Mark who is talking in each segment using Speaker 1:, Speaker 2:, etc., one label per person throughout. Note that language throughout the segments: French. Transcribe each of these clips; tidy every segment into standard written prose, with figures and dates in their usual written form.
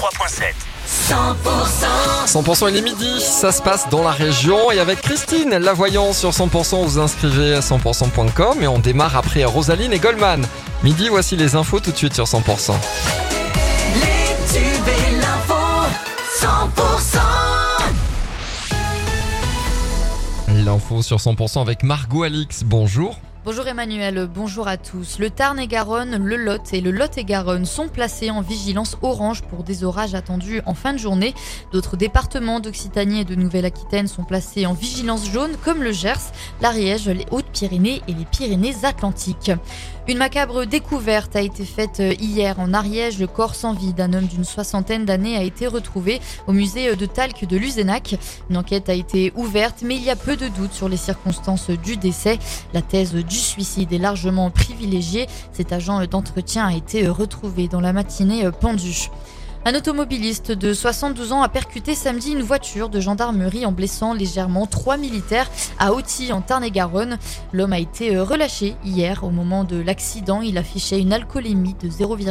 Speaker 1: 103.7.
Speaker 2: 100% il est midi, ça se passe dans la région et avec Christine, la voyante sur 100%, vous inscrivez à 100%.com et on démarre après Rosaline et Goldman. Midi, voici les infos tout de suite sur 100%.
Speaker 3: Les tubes et l'info, 100%.
Speaker 2: L'info sur 100% avec Margot Alix, bonjour.
Speaker 4: Bonjour Emmanuel, bonjour à tous. Le Tarn-et-Garonne, le Lot et le Lot-et-Garonne sont placés en vigilance orange pour des orages attendus en fin de journée. D'autres départements d'Occitanie et de Nouvelle-Aquitaine sont placés en vigilance jaune comme le Gers, l'Ariège, les Hautes-Pyrénées et les Pyrénées-Atlantiques. Une macabre découverte a été faite hier en Ariège. Le corps sans vie d'un homme d'une 60aine d'années a été retrouvé au musée de Talc de Luzenac. Une enquête a été ouverte, mais il y a peu de doutes sur les circonstances du décès. La thèse du suicide est largement privilégiée. Cet agent d'entretien a été retrouvé dans la matinée pendu. Un automobiliste de 72 ans a percuté samedi une voiture de gendarmerie en blessant légèrement 3 militaires à Auty en Tarn-et-Garonne. L'homme a été relâché hier. Au moment de l'accident, il affichait une alcoolémie de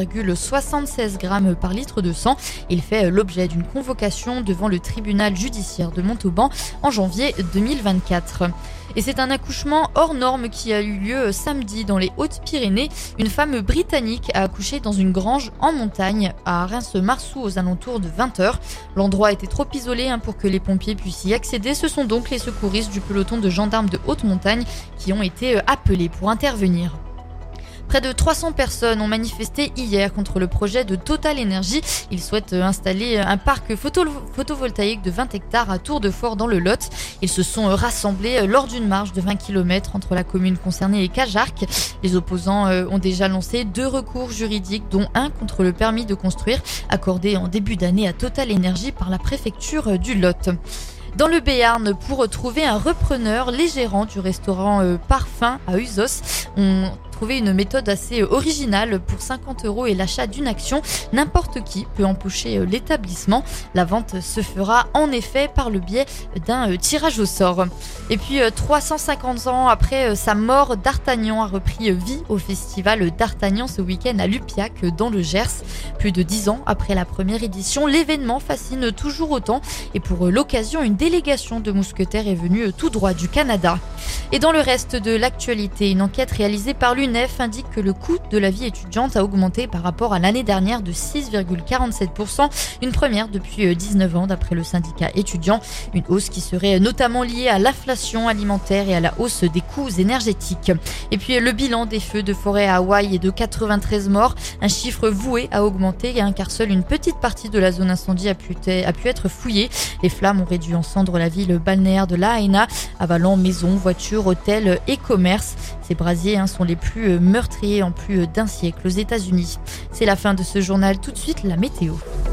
Speaker 4: 0,76 grammes par litre de sang. Il fait l'objet d'une convocation devant le tribunal judiciaire de Montauban en janvier 2024. Et c'est un accouchement hors norme qui a eu lieu samedi dans les Hautes-Pyrénées. Une femme britannique a accouché dans une grange en montagne à Reims-Marsou aux alentours de 20h. L'endroit était trop isolé pour que les pompiers puissent y accéder. Ce sont donc les secouristes du peloton de gendarmes de haute montagne qui ont été appelés pour intervenir. Près de 300 personnes ont manifesté hier contre le projet de Total Energy. Ils souhaitent installer un parc photovoltaïque de 20 hectares à Tour-de-Fort dans le Lot. Ils se sont rassemblés lors d'une marche de 20 km entre la commune concernée et Cajarc. Les opposants ont déjà lancé 2 recours juridiques, dont un contre le permis de construire accordé en début d'année à Total Energy par la préfecture du Lot. Dans le Béarn, pour trouver un repreneur, les gérants du restaurant Parfum à Uzos ont trouvé une méthode assez originale. Pour 50 € et l'achat d'une action, n'importe qui peut empocher l'établissement. La vente se fera en effet par le biais d'un tirage au sort. Et puis 350 ans après sa mort, D'Artagnan a repris vie au festival D'Artagnan ce week-end à Lupiac dans le Gers. Plus de 10 ans après la première édition, l'événement fascine toujours autant et pour l'occasion, une délégation de mousquetaires est venue tout droit du Canada. Et dans le reste de l'actualité, une enquête réalisée par l'UNEF indique que le coût de la vie étudiante a augmenté par rapport à l'année dernière de 6,47%, une première depuis 19 ans d'après le syndicat étudiant. Une hausse qui serait notamment liée à l'inflation alimentaire et à la hausse des coûts énergétiques. Et puis le bilan des feux de forêt à Hawaï est de 93 morts, un chiffre voué à augmenter car seule une petite partie de la zone incendie a pu être fouillée. Les flammes ont réduit en cendres la ville balnéaire de Lahaina, avalant maisons, voitures, hôtels et commerces. Ces brasiers sont les plus meurtriers en plus d'un siècle aux États-Unis. C'est la fin de ce journal. Tout de suite, la météo.